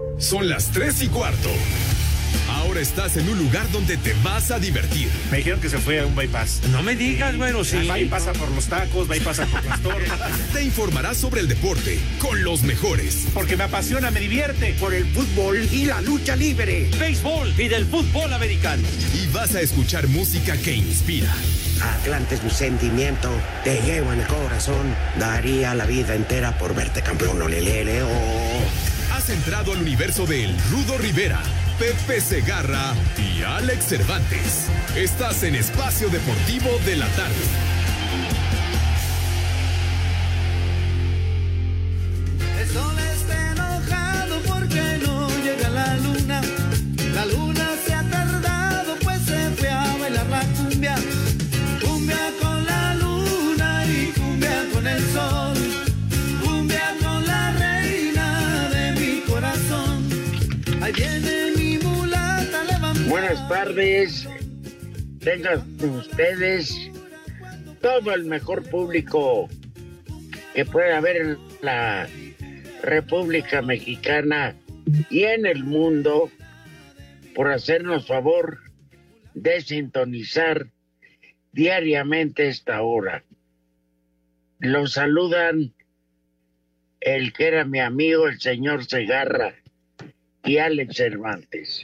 Son las 3:15. Ahora estás en un lugar donde te vas a divertir. Me dijeron que se fue a un bypass. No me digas, bueno, sí. Va y pasa por los tacos, va y pasa por las tortas. Te informarás sobre el deporte con los mejores. Porque me apasiona, me divierte. Por el fútbol y la lucha libre. Béisbol y del fútbol americano. Y vas a escuchar música que inspira. Atlante es mi sentimiento, te llevo en el corazón. Daría la vida entera por verte campeón, olelele, oh. Has entrado al universo de El Rudo Rivera, Pepe Segarra y Alex Cervantes. Estás en Espacio Deportivo de la Tarde. El sol está enojado porque no llega la luna. La luna se ha tardado pues se fue a bailar la cumbia. Cumbia con la luna y cumbia con el sol. Cumbia con la reina de mi corazón. Ahí viene mi mulata levantada. Buenas tardes. Tengan ustedes todo el mejor público que puede haber en la República Mexicana y en el mundo por hacernos favor de sintonizar diariamente esta hora. Los saludan el que era mi amigo, el señor Segarra y Alex Cervantes.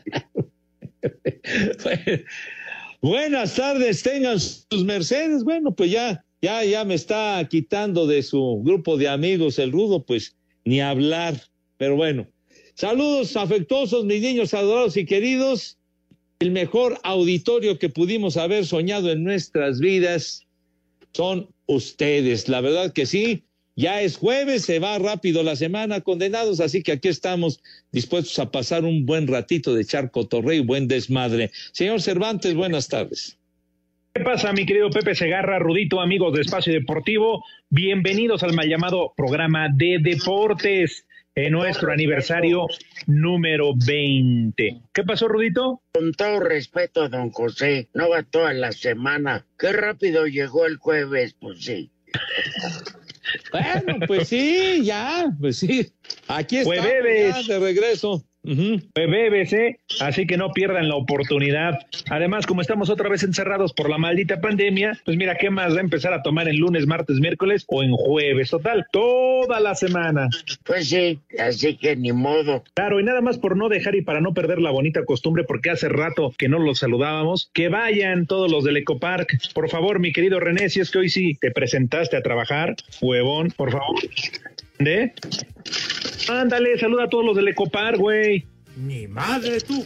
Buenas tardes, tengan sus mercedes. Bueno, pues ya me está quitando de su grupo de amigos el Rudo, pues ni hablar. Pero bueno, saludos afectuosos, mis niños adorados y queridos. El mejor auditorio que pudimos haber soñado en nuestras vidas son ustedes. La verdad que sí. Ya es jueves, se va rápido la semana, condenados, así que aquí estamos dispuestos a pasar un buen ratito de echar cotorreo y buen desmadre. Señor Cervantes, buenas tardes. ¿Qué pasa, mi querido Pepe Segarra, Rudito, amigos de Espacio Deportivo? Bienvenidos al mal llamado programa de deportes en nuestro aniversario número 20. ¿Qué pasó, Rudito? Con todo respeto a don José, no va toda la semana. Qué rápido llegó el jueves, pues sí. Bueno, pues sí, ya, pues sí. Aquí Pues estamos bebes. ya de regreso. Pues BBC, así que no pierdan la oportunidad. Además, como estamos otra vez encerrados por la maldita pandemia, pues mira, ¿qué más va a empezar a tomar en lunes, martes, miércoles o en jueves? Total, toda la semana. Pues sí, así que ni modo. Claro, y nada más por no dejar y para no perder la bonita costumbre, porque hace rato que no los saludábamos, que vayan todos los del Ecopark. Por favor, mi querido René, si es que hoy sí te presentaste a trabajar, huevón, por favor. ¿De? Ándale, saluda a todos los del Ecopark, güey. Ni madre tú.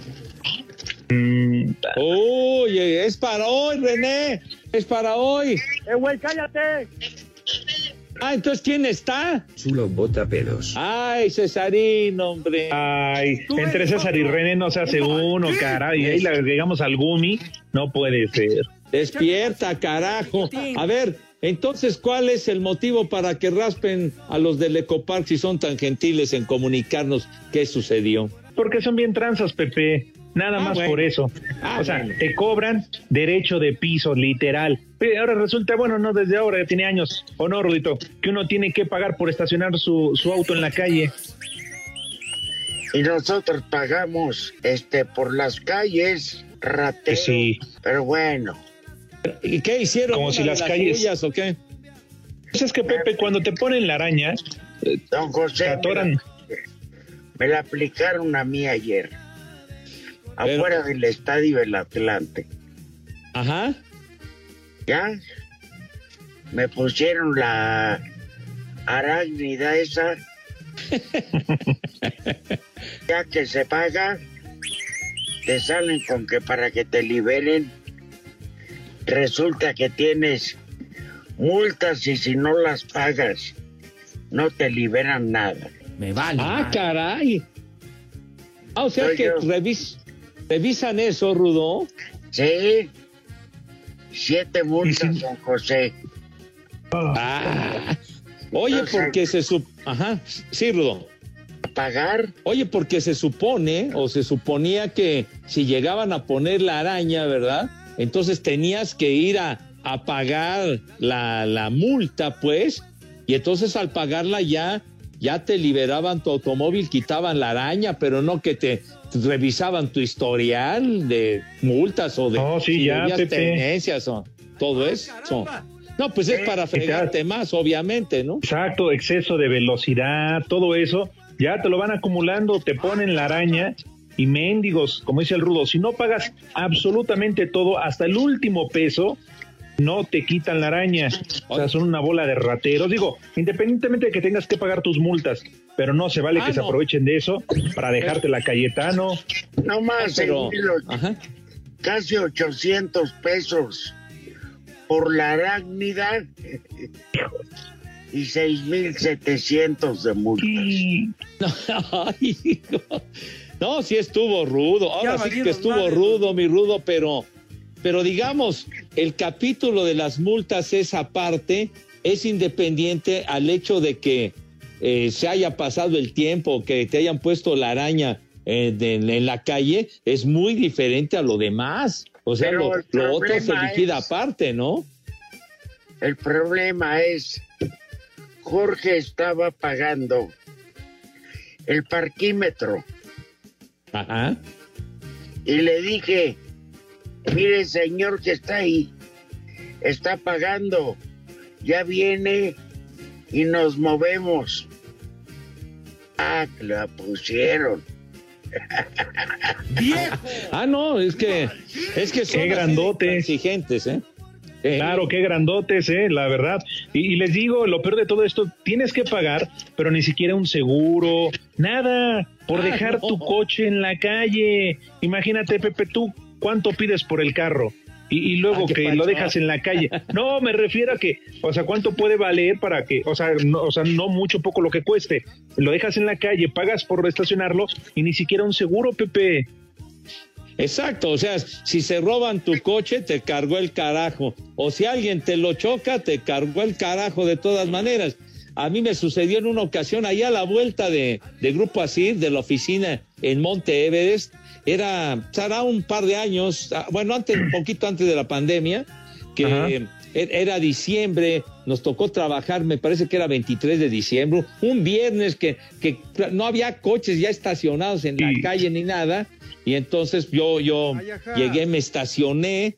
Oye, es para hoy, René, es para hoy. Güey, cállate. Ah, entonces, ¿quién está? Chulo bota pedos. Ay, Cesarín, hombre. Ay, entre César y René no se hace uno, caray. Y ahí le agregamos al Gumi, no puede ser. Despierta, carajo. A ver, entonces, ¿cuál es el motivo para que raspen a los del Ecopark si son tan gentiles en comunicarnos qué sucedió? Porque son bien tranzas, Pepe. Nada más bueno. por eso. O sea, bueno. te cobran derecho de piso, literal. Pero ahora resulta, bueno, no desde ahora, ya tiene años, ¿o no, Rudito? Que uno tiene que pagar por estacionar su auto en la calle. Y nosotros pagamos por las calles, rateo. Sí. Pero bueno. ¿Y qué hicieron? Como si ¿Una las de calles- suyas o qué? Pues es que, Pepe, cuando te ponen la araña, Don José, te atoran. me la aplicaron a mí ayer. Pero- Afuera del estadio del Atlante. Ajá. ¿Ya? Me pusieron la arácnida esa. Ya que se paga, te salen con que para que te liberen, resulta que tienes multas y si no las pagas, no te liberan nada. Me vale. Ah, caray. Ah, o sea Soy que yo. revisan eso, Rudo. Sí, 7 multas, don José. Ah. Oye, O sea, porque Ajá, sí, Rudo. Pagar, Oye, porque se supone, o se suponía que si llegaban a poner la araña, ¿verdad? Entonces tenías que ir a pagar la multa, pues, y entonces al pagarla ya ya te liberaban tu automóvil, quitaban la araña, pero no que te revisaban tu historial de multas o de sí, ya, tenencias o todo eso. No, pues es para fregarte más, obviamente, ¿no? Exacto, exceso de velocidad, todo eso, ya te lo van acumulando, te ponen la araña y mendigos, como dice el Rudo, si no pagas absolutamente todo, hasta el último peso, no te quitan la araña. O sea, son una bola de rateros. Digo, independientemente de que tengas que pagar tus multas, pero no se vale que se aprovechen de eso para dejarte la Cayetano. No más, casi 800 pesos por la arácnida y 6,700 de multas. No, sí estuvo rudo. Ahora sí que estuvo rudo, mi Rudo, pero digamos, el capítulo de las multas es aparte, es independiente al hecho de que se haya pasado el tiempo, que te hayan puesto la araña en la calle, es muy diferente a lo demás. O sea, lo otro se liquida aparte, ¿no? El problema es, Jorge estaba pagando el parquímetro. Ajá. Y le dije, mire, señor que está ahí, está pagando, ya viene y nos movemos. Ah, que la pusieron. ¡Viejo! No, es que son qué grandotes, exigentes, ¿eh? Claro, qué grandotes, la verdad. Y les digo, lo peor de todo esto, tienes que pagar, pero ni siquiera un seguro, nada, por dejar tu coche en la calle. Imagínate, Pepe, tú, ¿cuánto pides por el carro? Y luego que lo dejas en la calle. No, me refiero a que, o sea, ¿cuánto puede valer para que, o sea, no mucho, poco lo que cueste? Lo dejas en la calle, pagas por estacionarlo y ni siquiera un seguro, Pepe. Exacto, o sea, si se roban tu coche, te cargó el carajo. O si alguien te lo choca, te cargó el carajo de todas maneras. A mí me sucedió en una ocasión, allá a la vuelta de Grupo Asir, de la oficina en Monte Everest, será un par de años, bueno, un poquito antes de la pandemia, que era diciembre, nos tocó trabajar, me parece que era 23 de diciembre, un viernes que no había coches ya estacionados en la calle ni nada, y entonces yo llegué, me estacioné,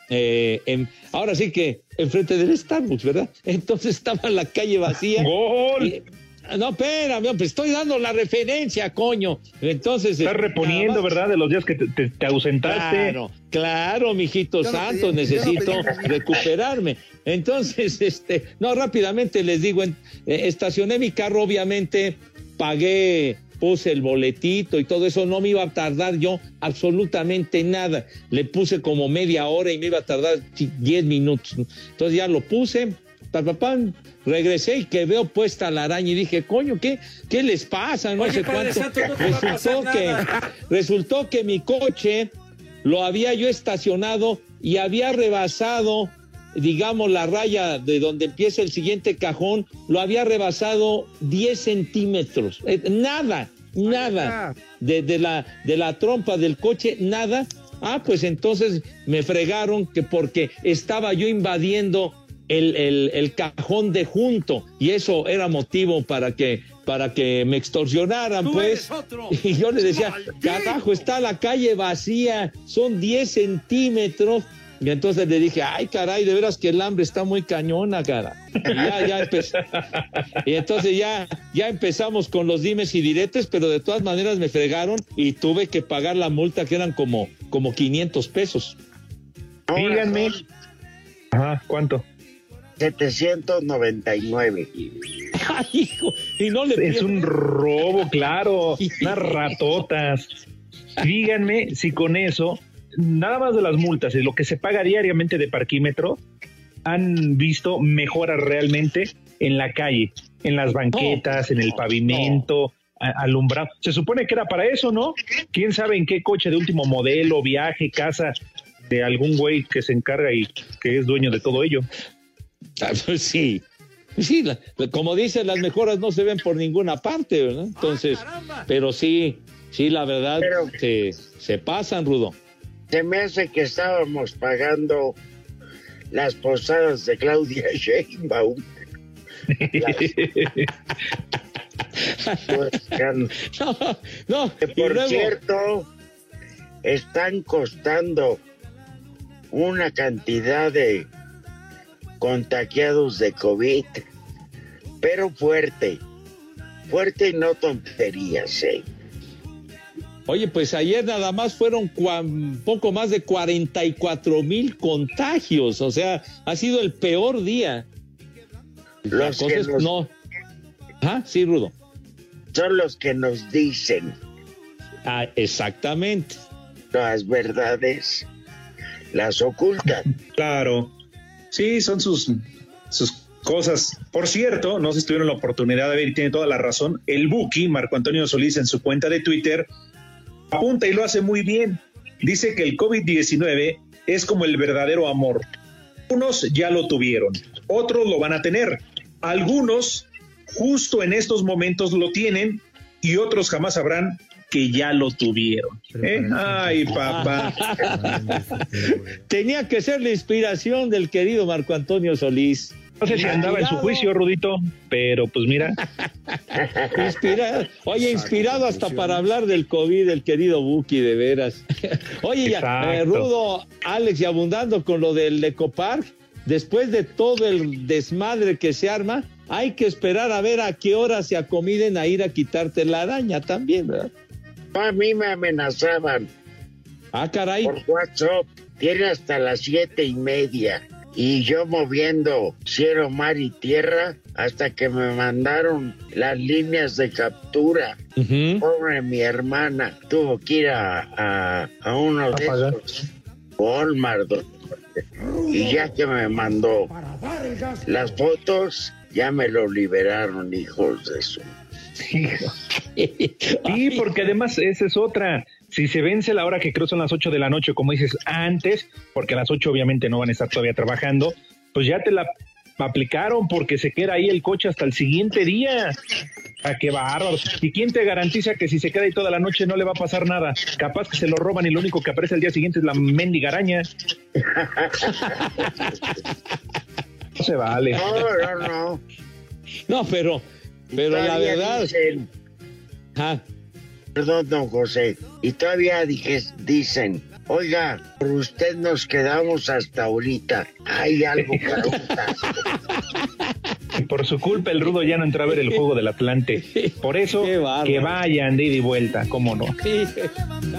ahora sí que enfrente del Starbucks, ¿verdad? Entonces estaba la calle vacía. ¡Gol! No, espérame, pues estoy dando la referencia, coño. Entonces estás reponiendo, ¿verdad? De los días que te ausentaste. Claro, mijito santo, necesito recuperarme. Entonces, rápidamente les digo, estacioné mi carro, obviamente, pagué, puse el boletito y todo eso, no me iba a tardar yo absolutamente nada. Le puse como media hora y me iba a tardar 10 minutos. Entonces ya lo puse, regresé y que veo puesta la araña y dije, coño, ¿qué les pasa? No sé cuánto. Resultó que mi coche lo había yo estacionado y había rebasado, digamos, la raya de donde empieza el siguiente cajón, lo había rebasado 10 centímetros. Nada de la trompa del coche, nada. Pues entonces me fregaron que porque estaba yo invadiendo el cajón de junto, y eso era motivo para que me extorsionaran, pues. Y yo le decía, carajo, está la calle vacía, son 10 centímetros. Y entonces le dije, ay, caray, de veras que el hambre está muy cañona, cara. Y entonces ya empezamos con los dimes y diretes, pero de todas maneras me fregaron y tuve que pagar la multa, que eran como 500 pesos. Díganme. ¿Cuánto? 799. Ay, hijo, y no le es un robo, claro, unas ratotas. Díganme si con eso, nada más de las multas y lo que se paga diariamente de parquímetro, han visto mejoras realmente en la calle, en las banquetas, en el pavimento, alumbrado. Se supone que era para eso, ¿no? ¿Quién sabe en qué coche de último modelo, viaje, casa de algún güey que se encarga y que es dueño de todo ello? Sí, como dicen, las mejoras no se ven por ninguna parte, ¿verdad? Entonces, pero sí, la verdad, se pasan, Rudo. Se me hace que estábamos pagando las posadas de Claudia Sheinbaum. No, que por luego... cierto, están costando una cantidad de contagiados de COVID, pero fuerte y no tonterías, ¿eh? Oye, pues ayer nada más fueron poco más de 44,000 contagios, o sea, ha sido el peor día. Los que nos... no. Ah, sí, Rudo. Son los que nos dicen. Ah, exactamente. Las verdades las ocultan. Claro. Sí, son sus cosas. Por cierto, no sé si tuvieron la oportunidad de ver y tiene toda la razón, el Buki, Marco Antonio Solís, en su cuenta de Twitter, apunta y lo hace muy bien. Dice que el COVID-19 es como el verdadero amor. Unos ya lo tuvieron, otros lo van a tener. Algunos justo en estos momentos lo tienen y otros jamás sabrán que ya lo tuvieron. Ay, papá. Tenía que ser la inspiración del querido Marco Antonio Solís. No sé si andaba en su juicio, Rudito, pero pues mira. Inspirado hasta para hablar del COVID, el querido Buki, de veras. Oye, Rudo, Alex, y abundando con lo del Ecopark, después de todo el desmadre que se arma, hay que esperar a ver a qué hora se acomiden a ir a quitarte la araña también, ¿verdad? A mí me amenazaban. Ah, caray. Por WhatsApp, tiene hasta las 7:30. Y yo moviendo cielo, mar y tierra hasta que me mandaron las líneas de captura. Pobre mi hermana, tuvo que ir a uno de esos Walmart. Y ya que me mandó las fotos, ya me lo liberaron, hijos de su... Sí, porque además esa es otra. Si se vence la hora que creo son las 8 de la noche, como dices, antes, porque a las 8 obviamente no van a estar todavía trabajando, pues ya te la aplicaron porque se queda ahí el coche hasta el siguiente día. ¿A qué bárbaro? ¿Y quién te garantiza que si se queda ahí toda la noche no le va a pasar nada? Capaz que se lo roban y lo único que aparece al día siguiente es la mendiga araña. No se vale. No. No, pero la verdad... Perdón, don José. Y todavía dicen, oiga, por usted nos quedamos hasta ahorita. Hay algo para un taco. Y por su culpa el Rudo ya no entra a ver el juego del Atlante. Por eso, que vayan de ida y vuelta, cómo no. Espacio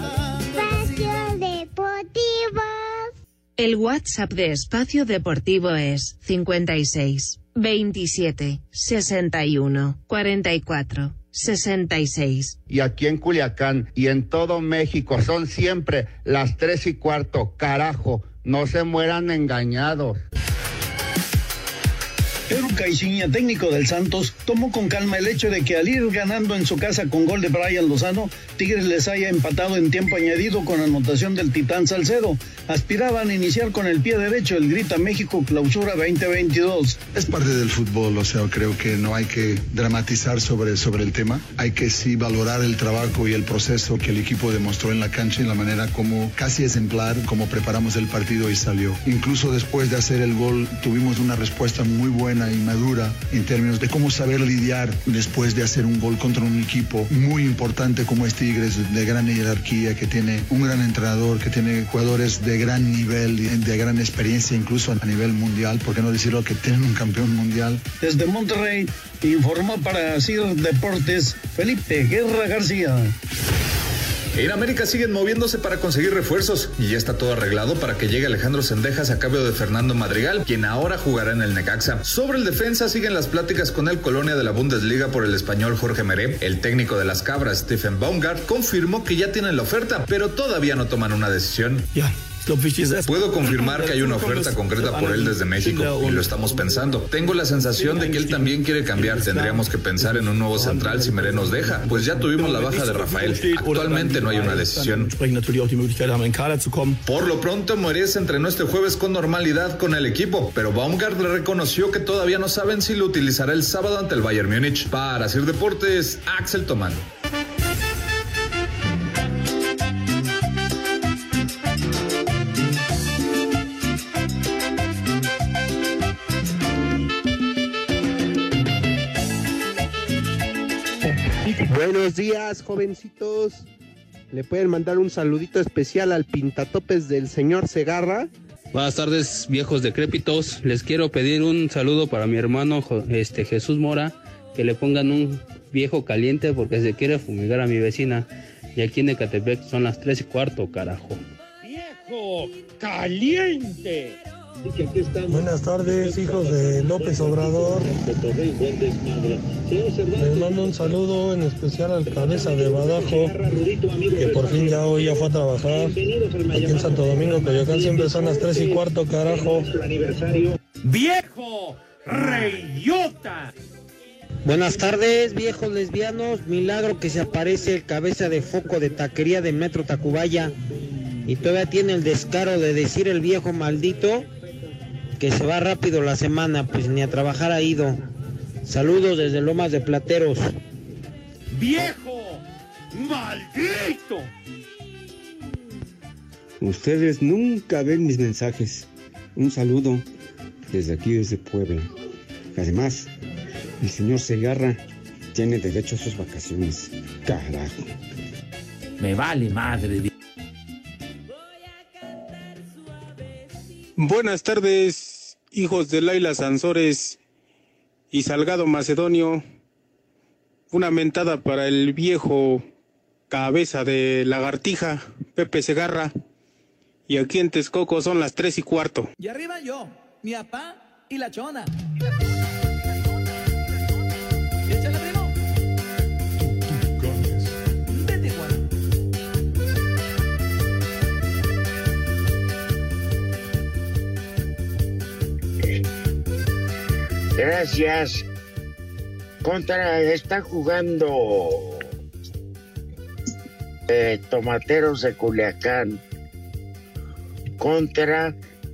Deportivo. El WhatsApp de Espacio Deportivo es 56 27 61 44 66. Y aquí en Culiacán y en todo México son siempre las 3:15, carajo, no se mueran engañados. Pedro Caixinha, técnico del Santos, tomó con calma el hecho de que al ir ganando en su casa con gol de Brian Lozano, Tigres les haya empatado en tiempo añadido con anotación del Titán Salcedo. Aspiraban a iniciar con el pie derecho el Grita México Clausura 2022. Es parte del fútbol, o sea, creo que no hay que dramatizar sobre el tema. Hay que sí valorar el trabajo y el proceso que el equipo demostró en la cancha y la manera como casi ejemplar, como preparamos el partido y salió. Incluso después de hacer el gol, tuvimos una respuesta muy buena y madura en términos de cómo saber lidiar después de hacer un gol contra un equipo muy importante como es Tigres, de gran jerarquía, que tiene un gran entrenador, que tiene jugadores de gran nivel y de gran experiencia incluso a nivel mundial, por qué no decirlo, que tienen un campeón mundial. Desde Monterrey informó para CIR Deportes Felipe Guerra García. En América siguen moviéndose para conseguir refuerzos y ya está todo arreglado para que llegue Alejandro Zendejas a cambio de Fernando Madrigal, quien ahora jugará en el Necaxa. Sobre el defensa siguen las pláticas con el Colonia de la Bundesliga por el español Jorge Meré. El técnico de las Cabras, Stephen Baumgart, confirmó que ya tienen la oferta, pero todavía no toman una decisión. Puedo confirmar que hay una oferta concreta por él desde México y lo estamos pensando. Tengo la sensación de que él también quiere cambiar. Tendríamos que pensar en un nuevo central si Meré nos deja, pues ya tuvimos la baja de Rafael. Actualmente no hay una decisión. Por lo pronto, Meré se entrenó este jueves con normalidad con el equipo, pero Baumgart le reconoció que todavía no saben si lo utilizará el sábado ante el Bayern Múnich. Para CIR Deportes, Axel Tomán. Buenos días, jovencitos. ¿Le pueden mandar un saludito especial al pintatopes del señor Segarra? Buenas tardes, viejos decrépitos. Les quiero pedir un saludo para mi hermano Jesús Mora, que le pongan un viejo caliente porque se quiere fumigar a mi vecina. Y aquí en Ecatepec son las 3:15, carajo. ¡Viejo caliente! Buenas tardes, hijos de López Obrador. Les mando un saludo en especial al cabeza de Badajo, que por fin ya hoy ya fue a trabajar. Aquí en Santo Domingo, Coyoacán, siempre son las 3:15, carajo. ¡Viejo reyota! Buenas tardes, viejos lesbianos. Milagro que se aparece el cabeza de foco de taquería de Metro Tacubaya y todavía tiene el descaro de decir el viejo maldito que se va rápido la semana, pues ni a trabajar ha ido. Saludos desde Lomas de Plateros. ¡Viejo maldito! Ustedes nunca ven mis mensajes. Un saludo desde aquí, desde Puebla. Además, el señor Segarra tiene derecho a sus vacaciones. Carajo. Me vale madre. Buenas tardes, hijos de Laila Sansores y Salgado Macedonio. Una mentada para el viejo cabeza de lagartija, Pepe Segarra. Y aquí en Texcoco son las 3:15. Y arriba yo, mi papá y la chona. Échale, primo. Vete, Juan. Gracias. Está jugando Tomateros de Culiacán contra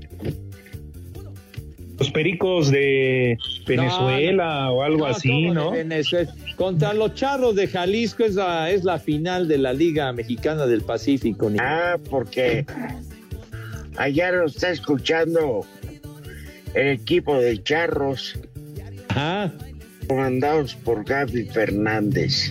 los Pericos de Venezuela o algo así, ¿no? Contra los Charros de Jalisco es la final de la Liga Mexicana del Pacífico. Porque allá lo está escuchando el equipo de Charros. Comandados por Gaby Fernández.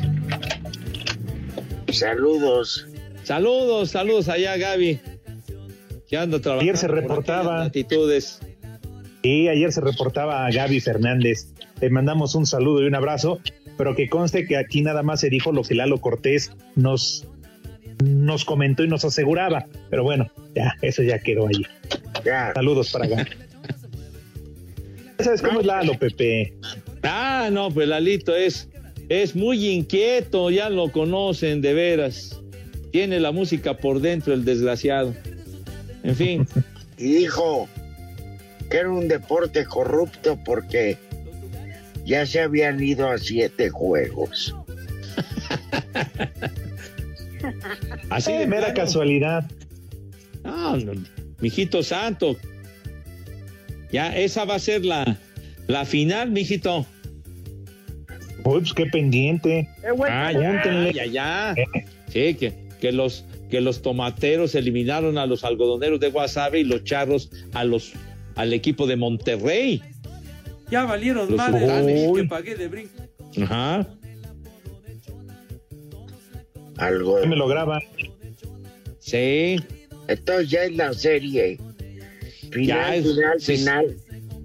Saludos. Saludos allá, Gaby. Que anda trabajando. Ayer se reportaba. Actitudes. Sí, ayer se reportaba a Gaby Fernández. Le mandamos un saludo y un abrazo, pero que conste que aquí nada más se dijo lo que Lalo Cortés nos comentó y nos aseguraba. Pero bueno, ya, eso ya quedó ahí. Ya. Saludos para Gaby. ¿Sabes cómo es Lalo, Pepe? No, pues Lalito es muy inquieto, ya lo conocen de veras. Tiene la música por dentro, el desgraciado. En fin. Y dijo que era un deporte corrupto porque ya se habían ido a 7 juegos. Así de mera casualidad. No, mijito santo. Ya, esa va a ser la final, mijito. Ups, qué pendiente. Ya. Sí, que los tomateros eliminaron a los algodoneros de Guasave y los Charros al equipo de Monterrey. Ya valieron más de que pagué de brinco. Ajá. Algo. Me lo graban. Sí. Entonces ya es la serie. Final.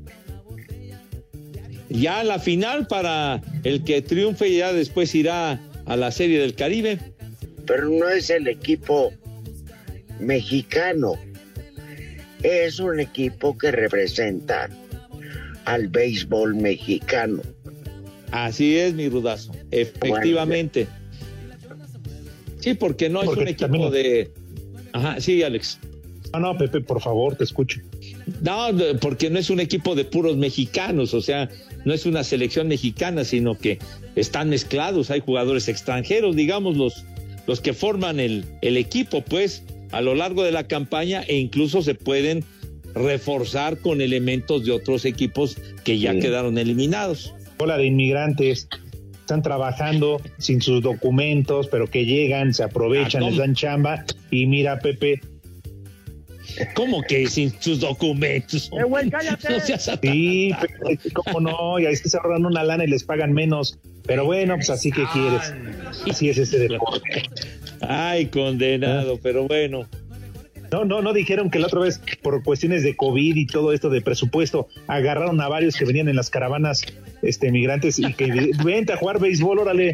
Ya la final para el que triunfe, ya después irá a la Serie del Caribe. Pero no es el equipo mexicano, es un equipo que representa al béisbol mexicano. Así es, mi rudazo, efectivamente. Sí, porque no es un equipo también de... Ajá, sí, Alex. No, Pepe, por favor, te escucho. No, porque no es un equipo de puros mexicanos, o sea, no es una selección mexicana, sino que están mezclados, hay jugadores extranjeros, digamos, los que forman el equipo, pues, a lo largo de la campaña, e incluso se pueden reforzar con elementos de otros equipos que ya quedaron eliminados. Hola de inmigrantes, están trabajando sin sus documentos, pero que llegan, se aprovechan, les dan chamba, y mira, Pepe, ¿Cómo que sin sus documentos? Güey, cállate. No seas sí, pero cómo no, y ahí se ahorran una lana y les pagan menos. Pero bueno, pues así que quieres. Así es este deporte. Ay, condenado, pero bueno. No dijeron que la otra vez, por cuestiones de COVID y todo esto de presupuesto, agarraron a varios que venían en las caravanas migrantes y que vente a jugar béisbol, órale.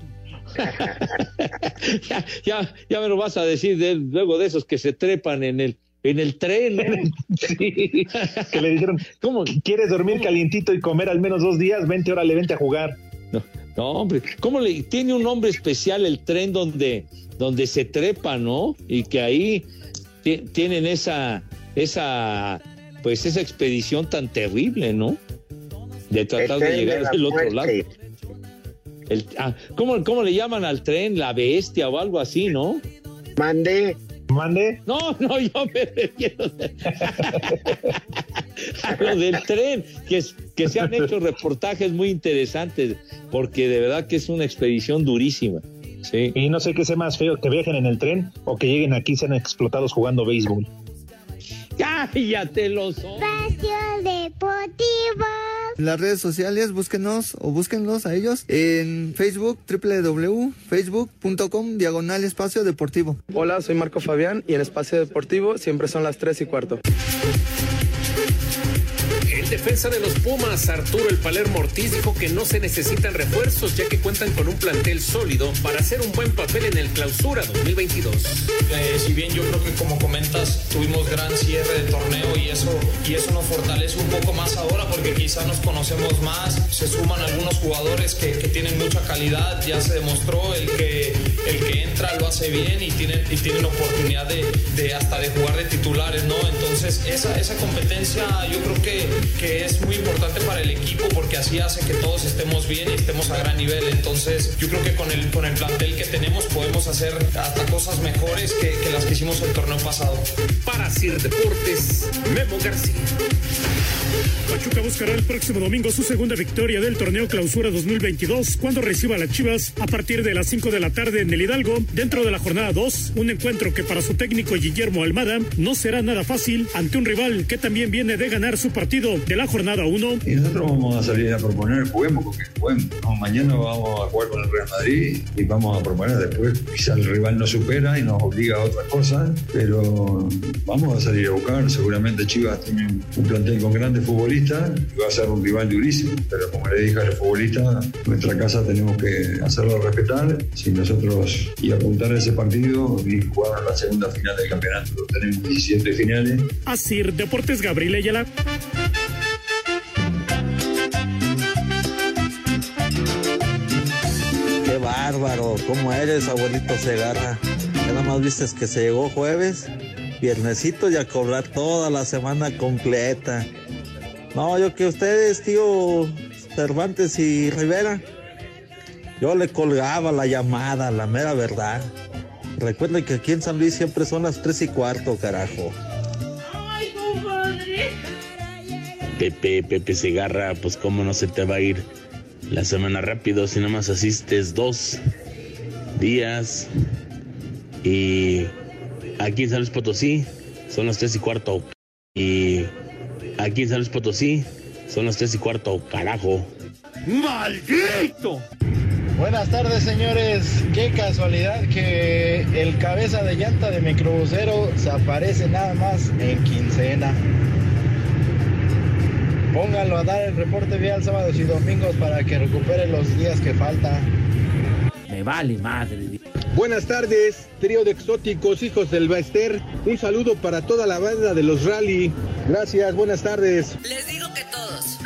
ya me lo vas a decir luego de esos que se trepan en el tren, ¿no? Sí, que le dijeron, ¿cómo quieres dormir calientito y comer al menos 2 días? Vente a jugar. No, hombre, ¿cómo tiene un nombre especial el tren donde se trepa, ¿no? Y que ahí tienen esa expedición tan terrible, ¿no? De tratar de llegar del otro lado. ¿Cómo le llaman al tren? La bestia o algo así, ¿no? ¿Mande? No, yo me refiero a lo del tren, que se han hecho reportajes muy interesantes, porque de verdad que es una expedición durísima. Sí. Y no sé qué sea más feo, que viajen en el tren o que lleguen aquí y sean explotados jugando béisbol. ¡Cállate los ojos! Espacio Deportivo. En las redes sociales, búsquenlos a ellos en Facebook, www.facebook.com/Espacio Deportivo. Hola, soy Marco Fabián y en Espacio Deportivo siempre son las 3:15. El defensa de los Pumas, Arturo El Palermo Ortiz, dijo que no se necesitan refuerzos ya que cuentan con un plantel sólido para hacer un buen papel en el Clausura 2022. Si bien yo creo que, como comentas, tuvimos gran cierre de torneo y eso nos fortalece un poco más ahora porque quizá nos conocemos más, se suman algunos jugadores que tienen mucha calidad, ya se demostró el que entra lo hace bien y tienen oportunidad de hasta de jugar de titulares, ¿no? Entonces esa competencia yo creo que es muy importante para el equipo porque así hace que todos estemos bien y estemos a gran nivel. Entonces yo creo que con el plantel que tenemos podemos hacer hasta cosas mejores que las que hicimos el torneo pasado. Para Sir Deportes, Memo García. Pachuca buscará el próximo domingo su segunda victoria del torneo Clausura 2022 cuando reciba a las Chivas a partir de las 5 de la tarde en el Hidalgo dentro de la jornada 2, un encuentro que para su técnico Guillermo Almada no será nada fácil ante un rival que también viene de ganar su partido de la jornada 1. Y nosotros vamos a salir a proponer, juguemos porque juguemos. Mañana vamos a jugar con el Real Madrid y vamos a proponer después. Quizá el rival nos supera y nos obliga a otra cosa, pero vamos a salir a buscar. Seguramente Chivas tiene un plantel con grandes futbolistas y va a ser un rival durísimo, pero como le dije a los futbolistas, nuestra casa tenemos que hacerlo respetar y apuntar a ese partido y jugar la segunda final del campeonato. Tenemos 17 finales. Así, Deportes Gabriel Ayala. Qué bárbaro, ¿cómo eres, abuelito Segarra? Ya nada más viste que se llegó jueves, viernesito y a cobrar toda la semana completa. No, yo que ustedes, tío Cervantes y Rivera, yo le colgaba la llamada, la mera verdad. Recuerden que aquí en San Luis siempre son las 3:15, carajo. ¡Ay, compadre! Pepe Segarra, pues cómo no se te va a ir la semana rápido si nada más asistes 2 días. Y aquí en San Luis Potosí son las 3:15. Y aquí en San Luis Potosí son las 3:15, carajo. ¡Maldito! Buenas tardes, señores. Qué casualidad que el cabeza de llanta de microbusero se aparece nada más en quincena. Pónganlo a dar el reporte vial sábados y domingos para que recupere los días que faltan. Me vale madre. Buenas tardes, trío de exóticos, hijos del Baester. Un saludo para toda la banda de los Rally. Gracias, buenas tardes. Les digo que todos.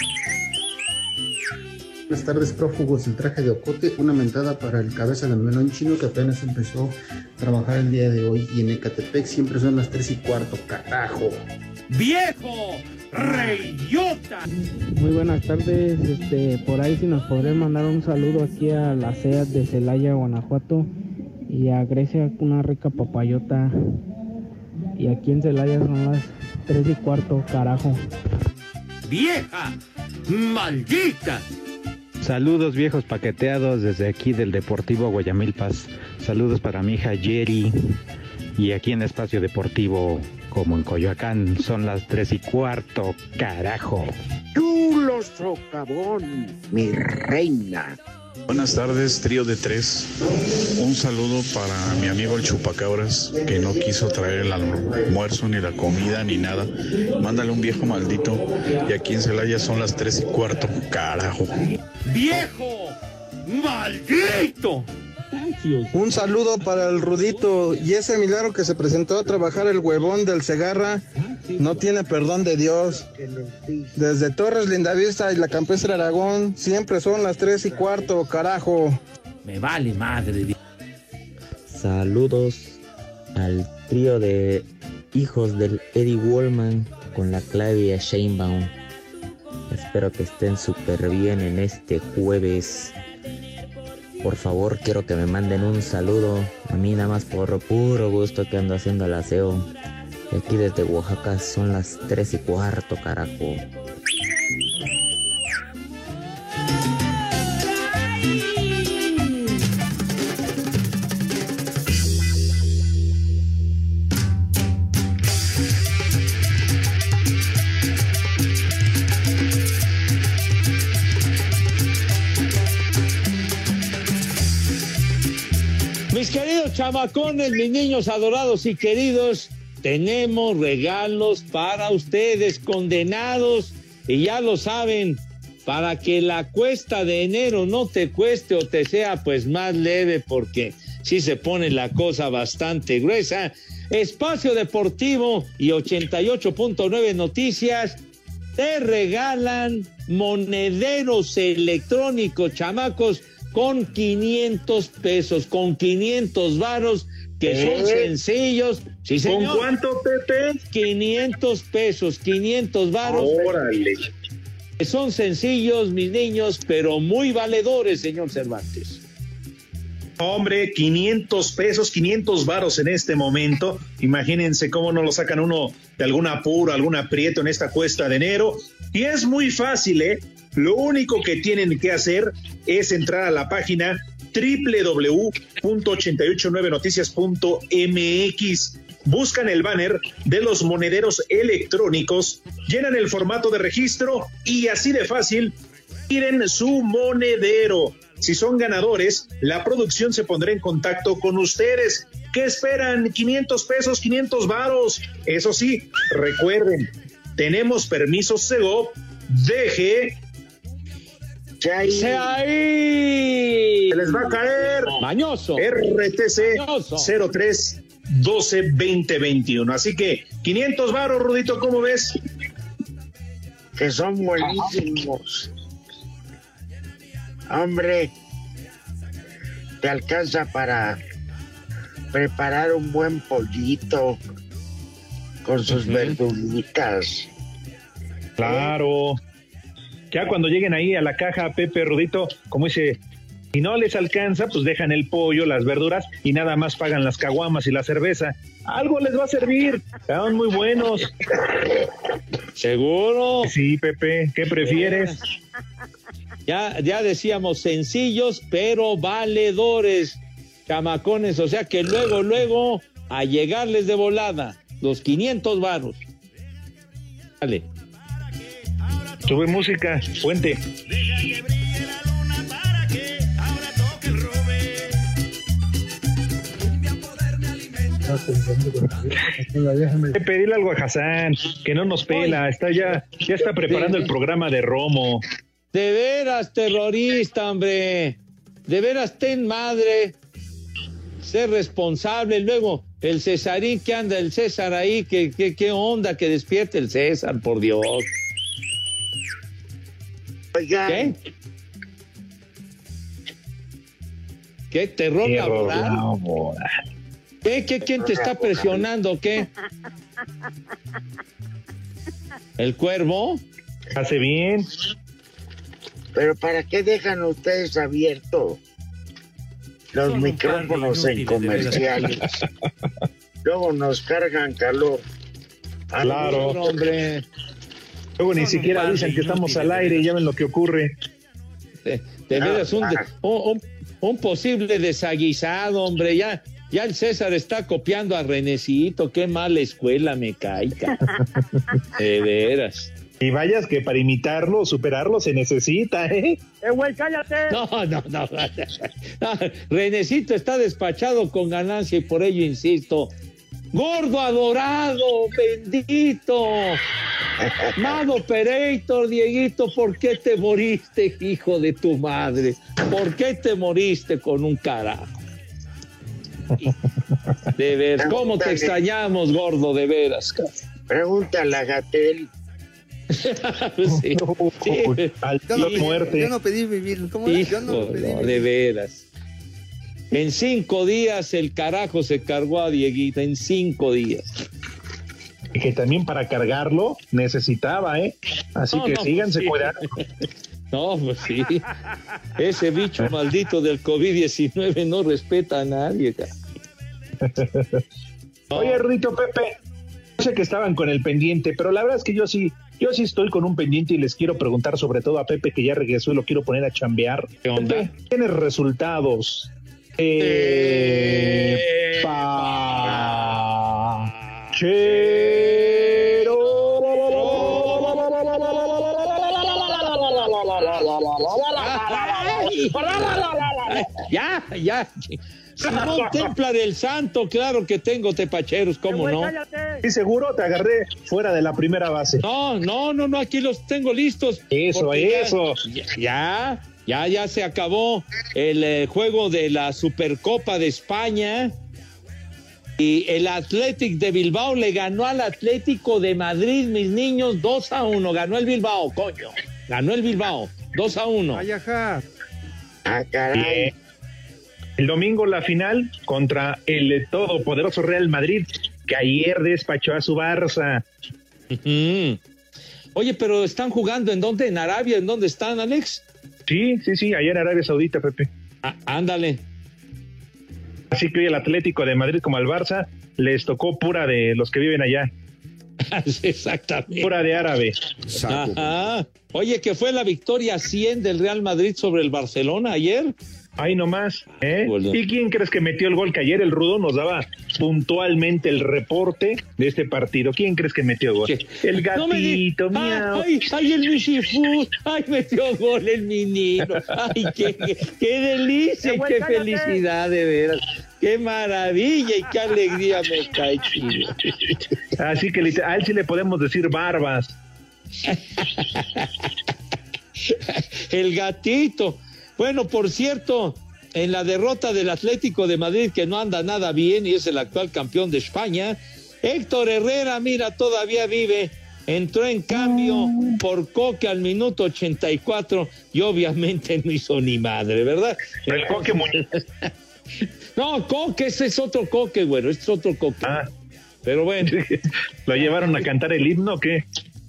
Buenas tardes, prófugos del traje de ocote. Una mentada para el cabeza del melón chino que apenas empezó a trabajar el día de hoy. Y en Ecatepec siempre son las 3:15, carajo. ¡Viejo! ¡Reyota! Muy buenas tardes, por ahí si nos podrían mandar un saludo aquí a la SEAT de Celaya, Guanajuato, y a Grecia una rica papayota, y aquí en Celaya son las 3:15, carajo. ¡Vieja! ¡Maldita! Saludos, viejos paqueteados, desde aquí del Deportivo Guayamilpas. Saludos para mi hija Jerry, y aquí en Espacio Deportivo como en Coyoacán son las 3:15, carajo. Chulo socavón, mi reina. Buenas tardes, trío de tres. Un saludo para mi amigo el Chupacabras, que no quiso traer el almuerzo, ni la comida, ni nada. Mándale un viejo maldito. Y aquí en Celaya son las 3:15, carajo. ¡Viejo maldito! Un saludo para el Rudito y ese milagro que se presentó a trabajar el huevón del Segarra. No tiene perdón de Dios. Desde Torres Lindavista y la Campestre Aragón, siempre son las 3:15, carajo. Me vale madre. Saludos al trío de hijos del Eddie Wallman con la Claudia Sheinbaum. Espero que estén súper bien en este jueves. Por favor, quiero que me manden un saludo. A mí nada más por puro gusto que ando haciendo el aseo. Aquí desde Oaxaca son las 3:15, carajo. Mis queridos chamacones, mis niños adorados y queridos, tenemos regalos para ustedes, condenados, y ya lo saben, para que la cuesta de enero no te cueste o te sea pues más leve, porque sí se pone la cosa bastante gruesa. Espacio Deportivo y 88.9 Noticias te regalan monederos electrónicos, chamacos, con 500 pesos, con 500 varos, que son sencillos. Sí, señor. ¿Con cuánto, Pepe? 500 pesos, 500 varos. ¡Órale! Son sencillos, mis niños, pero muy valedores, señor Cervantes. Hombre, 500 pesos, 500 varos en este momento. Imagínense cómo no lo sacan uno de algún apuro, algún aprieto en esta cuesta de enero. Y es muy fácil, ¿eh? Lo único que tienen que hacer es entrar a la página www.889noticias.mx. Buscan el banner de los monederos electrónicos, llenan el formato de registro y así de fácil piden su monedero. Si son ganadores, la producción se pondrá en contacto con ustedes. ¿Qué esperan? 500 pesos, 500 varos. Eso sí, recuerden, tenemos permisos Segov, DG. ¡Se ahí! Se les va a caer. Mañoso. RTC 03 12 2021. Así que 500 varos, Rudito, ¿cómo ves? Que son buenísimos. Hombre, te alcanza para preparar un buen pollito con sus verduritas. Claro. Ya cuando lleguen ahí a la caja, Pepe, Rudito, como dice, si no les alcanza, pues dejan el pollo, las verduras y nada más pagan las caguamas y la cerveza. Algo les va a servir, están muy buenos. ¿Seguro? Sí, Pepe, ¿qué prefieres? Ya decíamos sencillos, pero valedores, chamacones, o sea que luego, a llegarles de volada, los 500 varos. Dale. Sube música, Puente. Pedirle algo a Hassan, que no nos pela, ya está preparando el programa de Romo. De veras, terrorista, hombre. De veras, ten madre. Sé responsable. Luego, el Cesarín, que anda el César ahí, qué onda, que despierte el César, por Dios. Oigan. ¿Qué? ¿Terror laboral? ¿Quién te está presionando? ¿Qué? ¿El Cuervo? Hace bien. Pero ¿para qué dejan ustedes abiertos los micrófonos en comerciales? Luego nos cargan calor. Claro, hombre. Luego ni siquiera dicen que estamos al aire y ya ven lo que ocurre. De veras, un posible desaguisado, hombre. Ya Ya el César está copiando a Renecito, qué mala escuela me cae, de veras. Y vayas que para imitarlo, superarlo, se necesita, ¿eh? Güey, cállate. No. Renecito está despachado con ganancia y por ello insisto. Gordo adorado, bendito. Mado Operator, Dieguito, ¿por qué te moriste, hijo de tu madre? ¿Por qué te moriste con un carajo? De veras, ¿cómo te extrañamos, gordo, de veras? Pregúntale a Gatell. Sí. Yo no pedí vivir. ¿Cómo es? Yo no pedí vivir. De veras. En 5 días el carajo se cargó a Dieguito, en 5 días. Y que también para cargarlo necesitaba, ¿eh? Así que síganse cuidando. No, pues sí. Ese bicho maldito del COVID-19 no respeta a nadie, cara. Oye, Rito, Pepe, no sé que estaban con el pendiente, pero la verdad es que yo sí estoy con un pendiente y les quiero preguntar sobre todo a Pepe, que ya regresó y lo quiero poner a chambear. ¿Qué onda? Pepe, ¿tienes resultados? Ya. Simón Templar el Santo, claro que tengo tepacheros, ¿cómo no? Sí, seguro te agarré fuera de la primera base. No, aquí los tengo listos. Eso. Ya se acabó el juego de la Supercopa de España y el Athletic de Bilbao le ganó al Atlético de Madrid, mis niños, 2-1. Ganó el Bilbao, coño. Ganó el Bilbao, 2-1. Ay, ajá. Ah, caray. El domingo la final contra el todopoderoso Real Madrid, que ayer despachó a su Barça. Oye, pero ¿están jugando en dónde? ¿En Arabia? ¿En dónde están, Alex? Sí, allá en Arabia Saudita, Pepe. Ándale. Así que hoy el Atlético de Madrid como al Barça les tocó pura de los que viven allá. Exactamente. Pura de árabe. Ajá. Oye, que fue la victoria 100 del Real Madrid sobre el Barcelona ayer. Ahí nomás, ¿eh? Bueno. ¿Y quién crees que metió el gol? Que ayer el Rudo nos daba puntualmente el reporte de este partido. ¿Quién crees que metió gol? ¿Qué? El gatito, miau. Ay, el Michifu. Ay, metió gol el menino. Ay, qué delicia y qué felicidad, de veras. Qué maravilla y qué alegría me cae, chido. Así que a él sí le podemos decir Barbas. El gatito. Bueno, por cierto, en la derrota del Atlético de Madrid, que no anda nada bien y es el actual campeón de España, Héctor Herrera, mira, todavía vive, entró en cambio por Coque al minuto 84 y obviamente no hizo ni madre, ¿verdad? El Coque Muñoz. No, Coque, ese es otro Coque, bueno, este es otro Coque. Pero bueno. ¿Lo llevaron a cantar el himno o qué?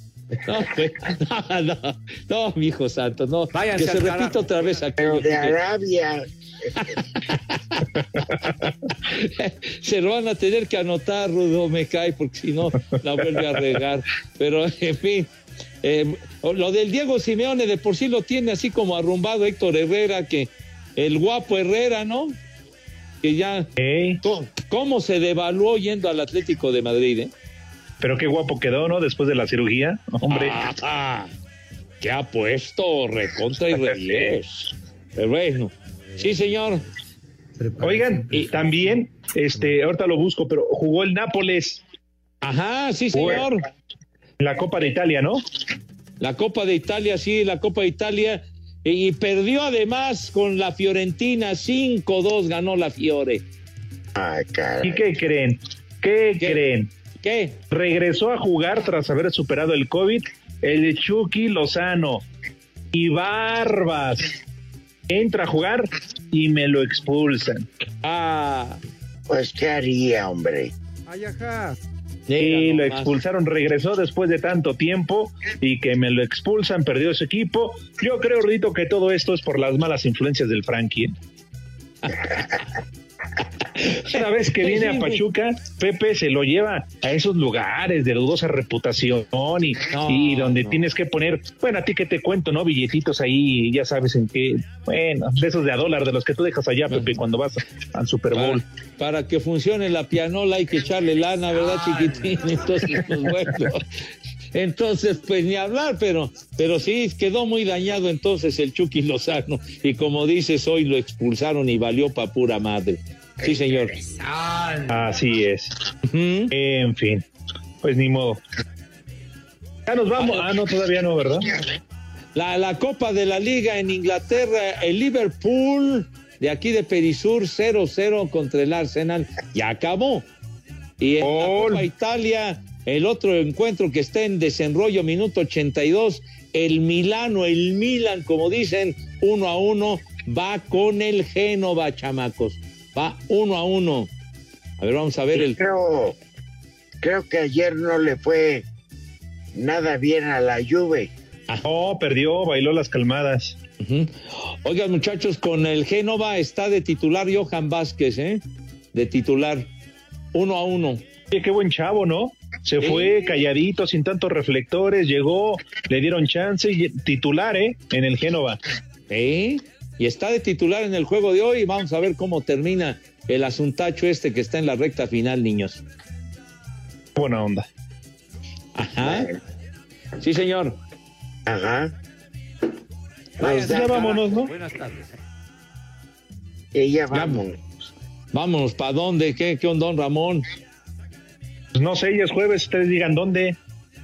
No, mi hijo santo, no. Váyanse que se repita otra vez aquí. Pero de Arabia. Se lo van a tener que anotar, Rudo, me cae, porque si no la vuelve a regar. Pero, en fin, lo del Diego Simeone de por sí lo tiene así como arrumbado Héctor Herrera, que el guapo Herrera, ¿no? Que ya, ¿cómo se devaluó yendo al Atlético de Madrid, Pero qué guapo quedó, ¿no? Después de la cirugía, hombre. ¿Qué ha puesto? Recontra y reyes. Pero bueno, sí, señor. Oigan, y también, ahorita lo busco, pero jugó el Nápoles. Ajá, sí, señor. La Copa de Italia, ¿no? La Copa de Italia, sí, la Copa de Italia. Y perdió además con la Fiorentina, 5-2 ganó la Fiore. Ay, caray. ¿Y qué creen? ¿Qué creen? ¿Qué? Regresó a jugar tras haber superado el COVID el Chucky Lozano y Barbas. Entra a jugar y me lo expulsan. Pues ¿qué haría, hombre? Ay, ajá. Sí, lo expulsaron, regresó después de tanto tiempo y que me lo expulsan, perdió su equipo. Yo creo, Rudito, que todo esto es por las malas influencias del Frankie. Una vez que viene a Pachuca, Pepe se lo lleva a esos lugares de dudosa reputación y donde tienes que poner, bueno, a ti que te cuento, ¿no? Billetitos ahí, ya sabes en qué, bueno, de esos de $1, de los que tú dejas allá, Pepe, cuando vas al Super Bowl. Para que funcione la pianola hay que echarle lana, ¿verdad, chiquitín? Entonces, pues bueno. Entonces, pues ni hablar, pero sí quedó muy dañado entonces el Chucky Lozano, y como dices, hoy lo expulsaron y valió pa' pura madre. Sí, señor. Así es. En fin, pues ni modo. Ya nos vamos. No, todavía no, ¿verdad? La Copa de la Liga en Inglaterra, el Liverpool de aquí de Perisur 0-0 contra el Arsenal, ya acabó. Y en la Copa Italia, el otro encuentro que está en desenrollo, minuto 82, el Milan, como dicen, 1-1, va con el Génova, chamacos. Va 1-1. A ver, vamos a ver Creo que ayer no le fue nada bien a la Juve. Perdió, bailó las calmadas. Oigan, muchachos, con el Génova está de titular Johan Vázquez, de titular. 1-1. Qué buen chavo, ¿no? Se fue calladito, sin tantos reflectores, llegó, le dieron chance y titular, en el Génova. Y está de titular en el juego de hoy. Vamos a ver cómo termina el asuntacho que está en la recta final, niños. Buena onda. Ajá. Sí, señor. Ajá. Pues ya vámonos, ¿no? Buenas tardes. Ya vámonos. Vámonos, ¿para dónde? ¿Qué onda, don Ramón? Pues no sé, ya es jueves, ustedes digan dónde.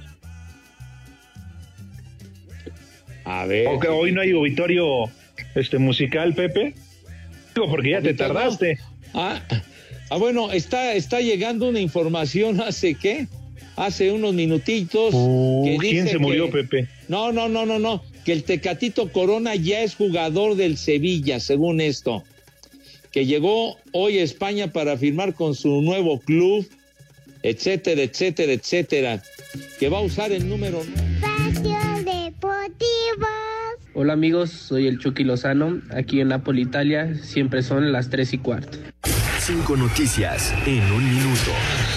A ver. Porque hoy no hay auditorio musical, Pepe. Digo, porque ya te tardaste. Bueno, está llegando una información hace unos minutitos que dice ¿quién se murió, Pepe? No, que el Tecatito Corona ya es jugador del Sevilla, según esto, que llegó hoy a España para firmar con su nuevo club, etcétera, que va a usar el número. Espacio Deportivo. Hola amigos, soy el Chucky Lozano, aquí en Napoli, Italia, siempre son las 3:15. 5 noticias en un minuto.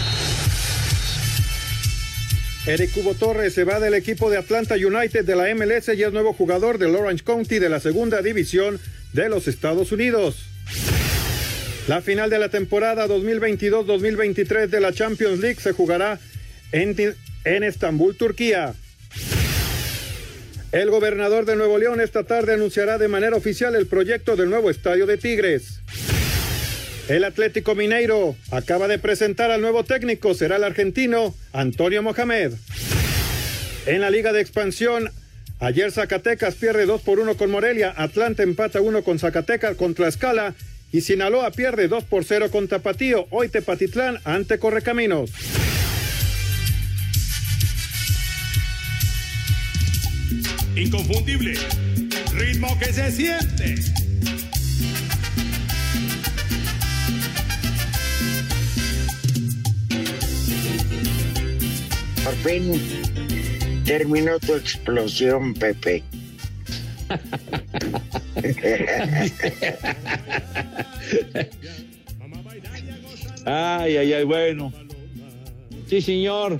Eric Cubo Torres se va del equipo de Atlanta United de la MLS y es nuevo jugador del Orange County de la segunda división de los Estados Unidos. La final de la temporada 2022-2023 de la Champions League se jugará en Estambul, Turquía. El gobernador de Nuevo León esta tarde anunciará de manera oficial el proyecto del nuevo estadio de Tigres. El Atlético Mineiro acaba de presentar al nuevo técnico, será el argentino Antonio Mohamed. En la Liga de Expansión, ayer Zacatecas pierde 2-1 con Morelia, Atlanta empata 1 con Zacatecas contra Tlaxcala y Sinaloa pierde 2-0 con Tapatío. Hoy Tepatitlán ante Correcaminos. Inconfundible, ritmo que se siente. Por fin terminó tu explosión, Pepe. Ay, bueno. Sí, señor.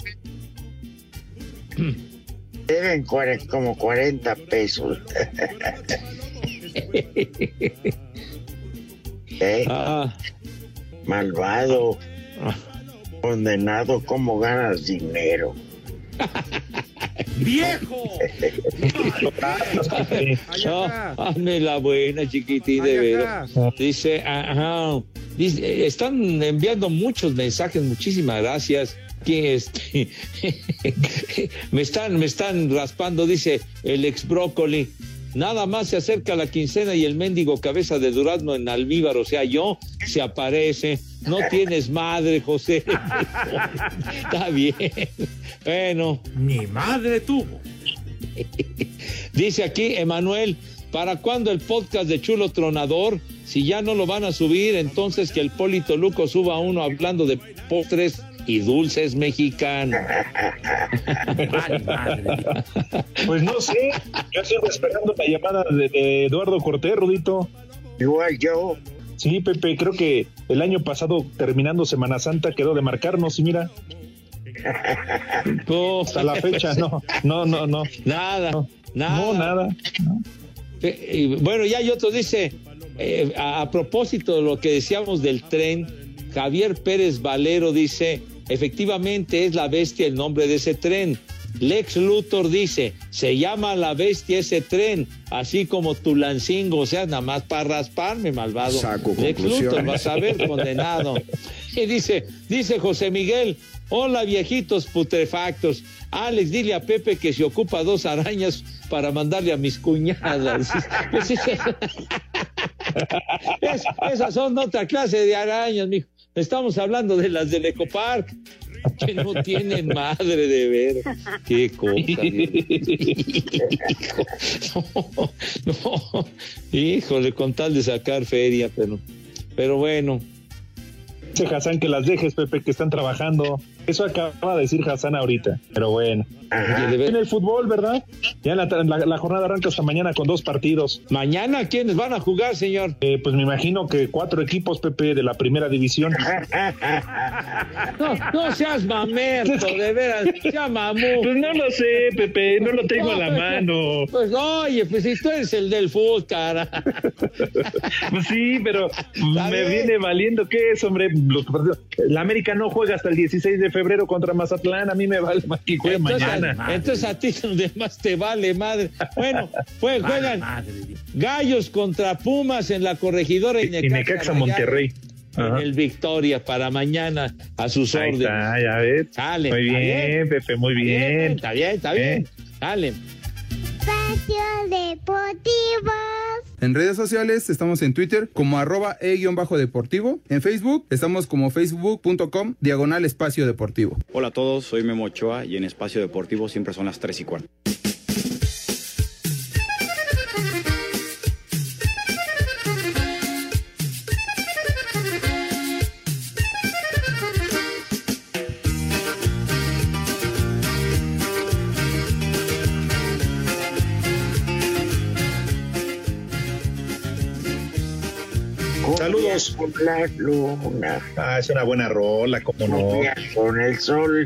Deben como 40 pesos. Malvado. Condenado, ¿cómo ganas dinero? ¡Viejo! Hazme la buena, chiquitín, de veras. Dice, están enviando muchos mensajes, muchísimas gracias. Que me están raspando, dice el ex brócoli. Nada más se acerca la quincena y el mendigo cabeza de durazno en almíbar, o sea, se aparece. No tienes madre, José. Está bien. Bueno. Ni madre tuvo. Dice aquí Emanuel, ¿para cuándo el podcast de Chulo Tronador? Si ya no lo van a subir, entonces que el Polito Luco suba uno hablando de postres y dulces mexicanos. Pues no sé, yo sigo esperando la llamada de Eduardo Cortés, Rudito. Igual yo. Sí, Pepe, creo que el año pasado, terminando Semana Santa, quedó de marcarnos y mira. Hasta la fecha, no. Nada. No. Bueno, ya hay otro, dice, a propósito de lo que decíamos del tren, Javier Pérez Valero dice, efectivamente es La Bestia el nombre de ese tren. Lex Luthor dice, se llama La Bestia ese tren, así como Tulancingo, o sea, nada más para rasparme, malvado. Lex Luthor, vas a ver, condenado. Y dice José Miguel, hola viejitos putrefactos, Alex, dile a Pepe que se ocupa 2 arañas para mandarle a mis cuñadas. Esas son otra clase de arañas, mijo. Estamos hablando de las del Ecopark, que no tienen madre de ver. Qué cosa, no, híjole, con tal de sacar feria, pero bueno. Dice Hassan que las dejes, Pepe, que están trabajando. Eso acaba de decir Hassan ahorita, pero bueno. En el fútbol, ¿verdad? Ya la jornada arranca hasta mañana con 2 partidos. ¿Mañana quiénes van a jugar, señor? Pues me imagino que 4 equipos, Pepe, de la primera división. No seas mamerto, de veras, sea mamú. Pues no lo sé, Pepe, no lo tengo a la mano. Pues oye, pues si tú eres el del fútbol, cara. Pues sí, pero me viene valiendo que es, hombre. La América no juega hasta el 16 de febrero contra Mazatlán, a mí me vale más que juegue mañana. Entonces a ti más te vale, madre. Bueno, pues juegan Gallos contra Pumas en la Corregidora y Necaxa Monterrey. En el Victoria para mañana a sus órdenes. Está, ya ves. Sale, muy bien, Pepe, muy bien. Está bien. Dale. Espacio Deportivo. En redes sociales estamos en Twitter como @e_deportivo. En Facebook estamos como facebook.com/Espacio Deportivo. Hola a todos, soy Memo Ochoa y en Espacio Deportivo siempre son las 3:15. Saludos. Con la luna. Es una buena rola, cómo no. Con el sol.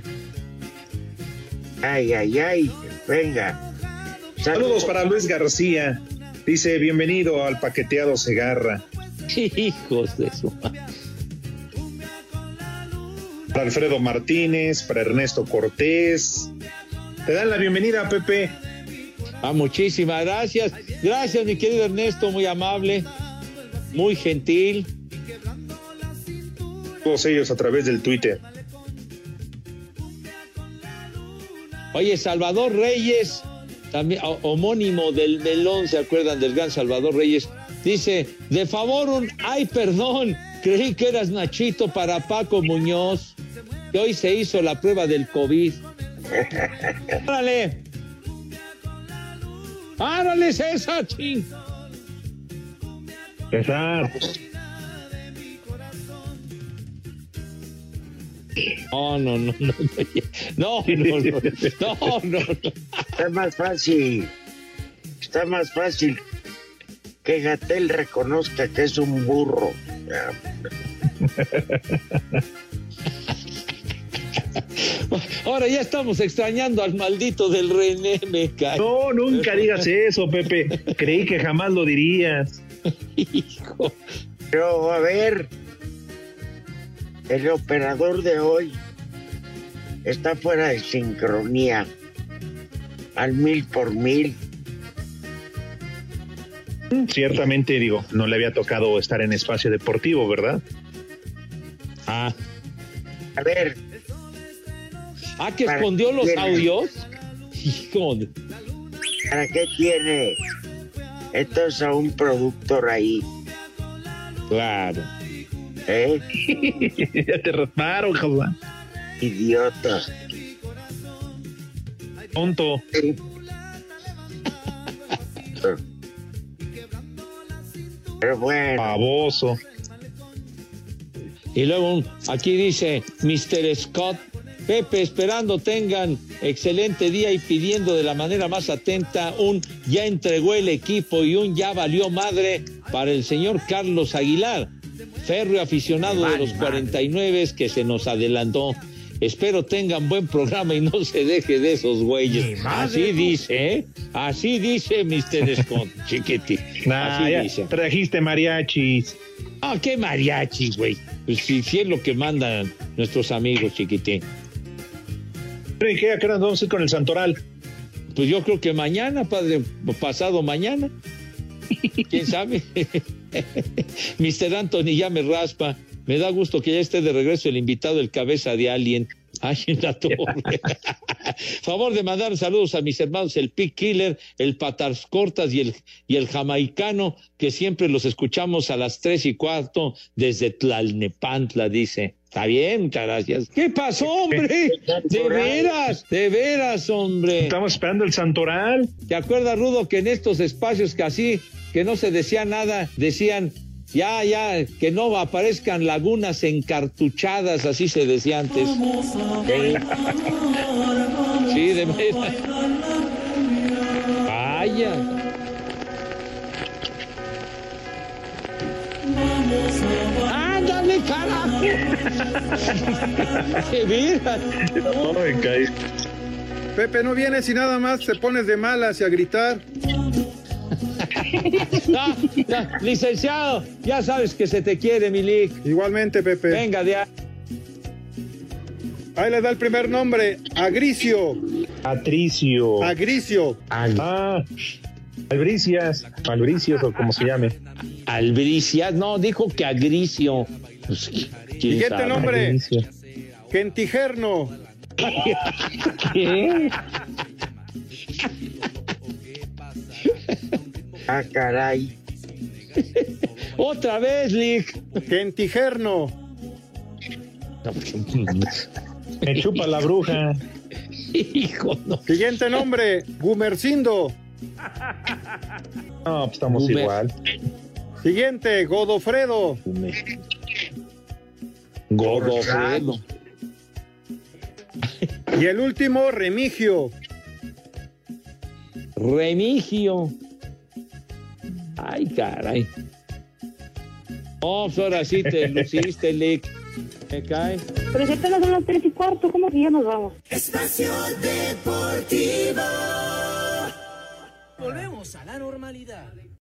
Ay. Venga. Saludos para Luis García. Dice, bienvenido al paqueteado Segarra. Hijos de su madre. Para Alfredo Martínez, para Ernesto Cortés. Te dan la bienvenida, Pepe. Muchísimas gracias. Gracias, mi querido Ernesto, muy amable. Muy gentil. Todos ellos a través del Twitter. Oye, Salvador Reyes, también homónimo del Melón, ¿se acuerdan del gran Salvador Reyes? Dice, de favor ay, perdón, creí que eras Nachito para Paco Muñoz, que hoy se hizo la prueba del COVID. ¡Árale, César, ching! César. No. Está más fácil que Gatell reconozca que es un burro. Ahora ya estamos extrañando al maldito del René, me cae. No, nunca digas eso, Pepe. Creí que jamás lo dirías. Hijo. Pero a ver, el operador de hoy está fuera de sincronía al 1000%. Ciertamente, no le había tocado estar en Espacio Deportivo, ¿verdad? A ver. ¿Que escondió los audios? Hijo. ¿Para qué tiene entonces a un productor ahí? Claro. Ya te rasparon, Juan. Idiota. Tonto. Sí. Pero bueno. Baboso. Y luego aquí dice Mr. Scott, Pepe, esperando tengan excelente día y pidiendo de la manera más atenta un ya entregó el equipo y un ya valió madre para el señor Carlos Aguilar. férreo aficionado de los 49 que se nos adelantó. Espero tengan buen programa y no se deje de esos güeyes. Así dice, ¿eh? Así dice Mr. Scott, chiquiti. Así dice. Trajiste mariachis. Ah, ¿qué mariachi, güey? Pues si es lo que mandan nuestros amigos, chiquitín. ¿Y qué? ¿A qué hora vamos a ir con el Santoral? Pues yo creo que mañana, padre, pasado mañana. ¿Quién sabe? Mr. Anthony ya me raspa. Me da gusto que ya esté de regreso el invitado, el cabeza de alien. Ay, en la torre. Favor de mandar saludos a mis hermanos, el Pick Killer, el Patas Cortas y el jamaicano, que siempre los escuchamos a las 3:15 desde Tlalnepantla, dice. Está bien, muchas gracias. ¿Qué pasó, hombre? De veras, hombre. Estamos esperando el Santoral. ¿Te acuerdas, Rudo, que en estos espacios que no se decía nada, decían... Ya, que no aparezcan lagunas encartuchadas, así se decía antes. Sí, de veras. Vaya. ¡Ándale, carajo! ¡Qué vida! No me caí. Pepe, no vienes y nada más te pones de malas y a gritar. No, licenciado, ya sabes que se te quiere, Milik. Igualmente, Pepe. Venga, de ahí. Ahí les da el primer nombre, Agricio. Patricio. Agricio. Albricias o como se llame. Albricias, no, dijo que Agricio. Pues, siguiente nombre, Agricio. Gentigerno. ¿Qué? Ah, caray. Otra vez, Lick. Gentigerno. Me chupa la bruja. Hijo, no. Siguiente nombre, Gumercindo. No, pues estamos igual. Siguiente, Godofredo. Godofredo. Y el último, Remigio. Remigio. Ay, caray. Oh, pues ahora sí te luciste, Lick. Me cae. Pero si apenas son las 3:15, ¿cómo que ya nos vamos? Espacio Deportivo. Volvemos a la normalidad.